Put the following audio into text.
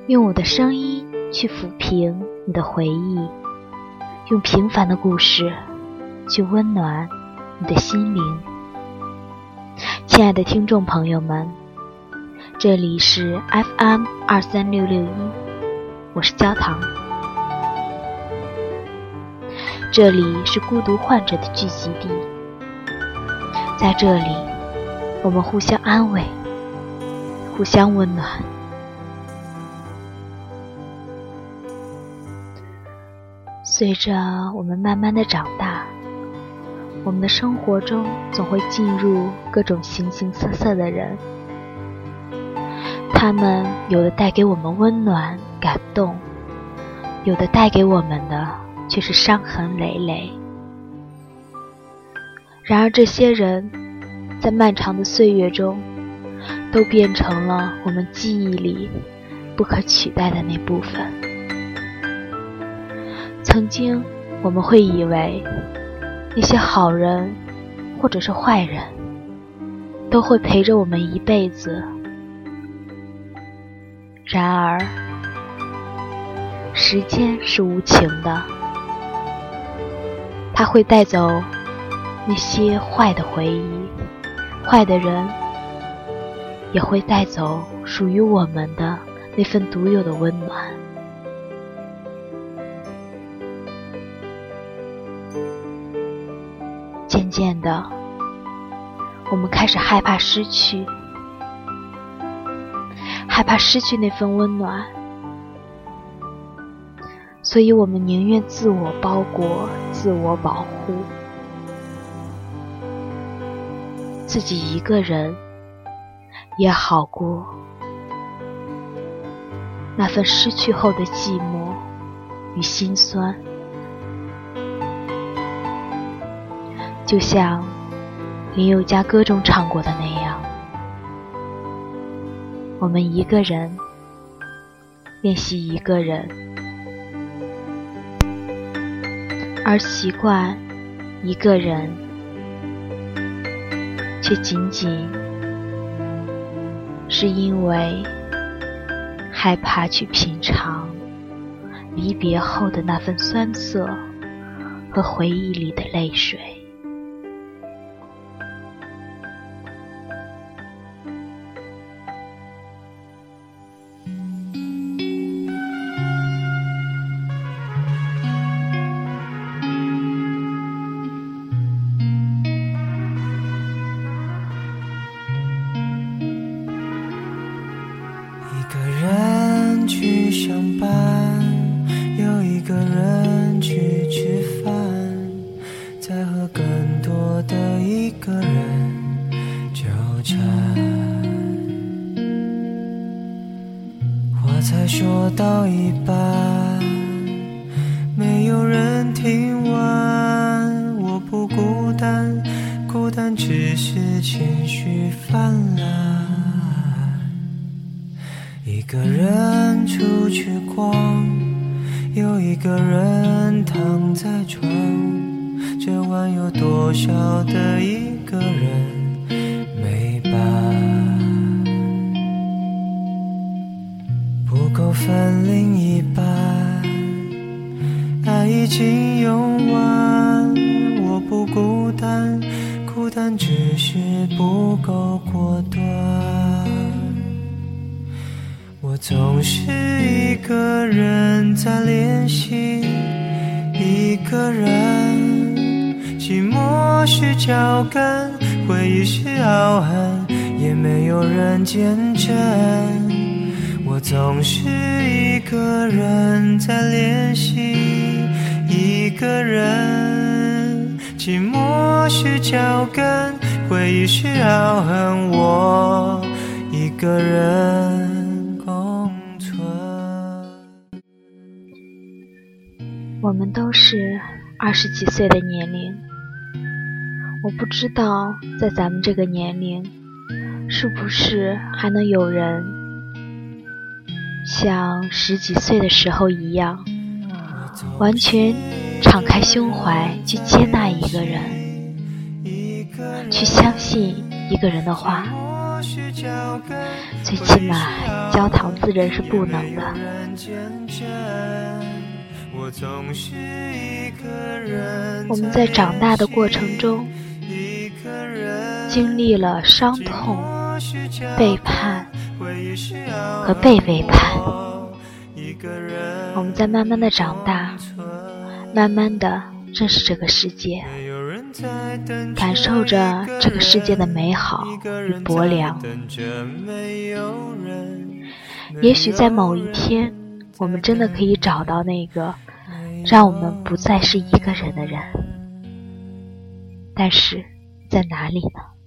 用我的声音去抚平你的回忆，用平凡的故事去温暖你的心灵。亲爱的听众朋友们，这里是 FM23661，我是焦糖。这里是孤独患者的聚集地，在这里我们互相安慰，互相温暖。随着我们慢慢的长大，我们的生活中总会进入各种形形色色的人，他们有的带给我们温暖感动，有的带给我们的却是伤痕累累。然而这些人在漫长的岁月中都变成了我们记忆里不可取代的那部分。曾经我们会以为那些好人或者是坏人都会陪着我们一辈子，然而时间是无情的，它会带走那些坏的回忆，坏的人也会带走属于我们的那份独有的温暖。渐渐的，我们开始害怕失去，害怕失去那份温暖，所以我们宁愿自我包裹，自我保护，自己一个人也好过那份失去后的寂寞与心酸。就像林宥嘉歌中唱过的那样，我们一个人练习一个人，而习惯一个人，却仅仅是因为害怕去品尝离别后的那份酸涩和回忆里的泪水。 去上班，有一个人去吃饭，再和更多的一个人纠缠。话才说到一半，没有人听完。我不孤单，孤单只是情绪泛滥。一个人出去逛，有一个人躺在床，这晚有多少的一个人没伴？不够分另一半，爱已经用完。我不孤单，孤单只是不够果断。我总是一个人在练习，一个人，寂寞是脚跟，回忆是傲寒，也没有人见证。我总是一个人在练习，一个人，寂寞是脚跟，回忆是傲寒，我一个人。 我们都是20几岁的年龄，我不知道在咱们这个年龄，是不是还能有人像10几岁的时候一样，完全敞开胸怀去接纳一个人，去相信一个人的话， 最起码焦糖自认是不能的。我们在长大的过程中经历了伤痛、背叛和被背叛，我们在慢慢的长大，慢慢的认识这个世界，感受着这个世界的美好与薄凉。也许在某一天，我们真的可以找到那个让我们不再是一个人的人，但是在哪里呢？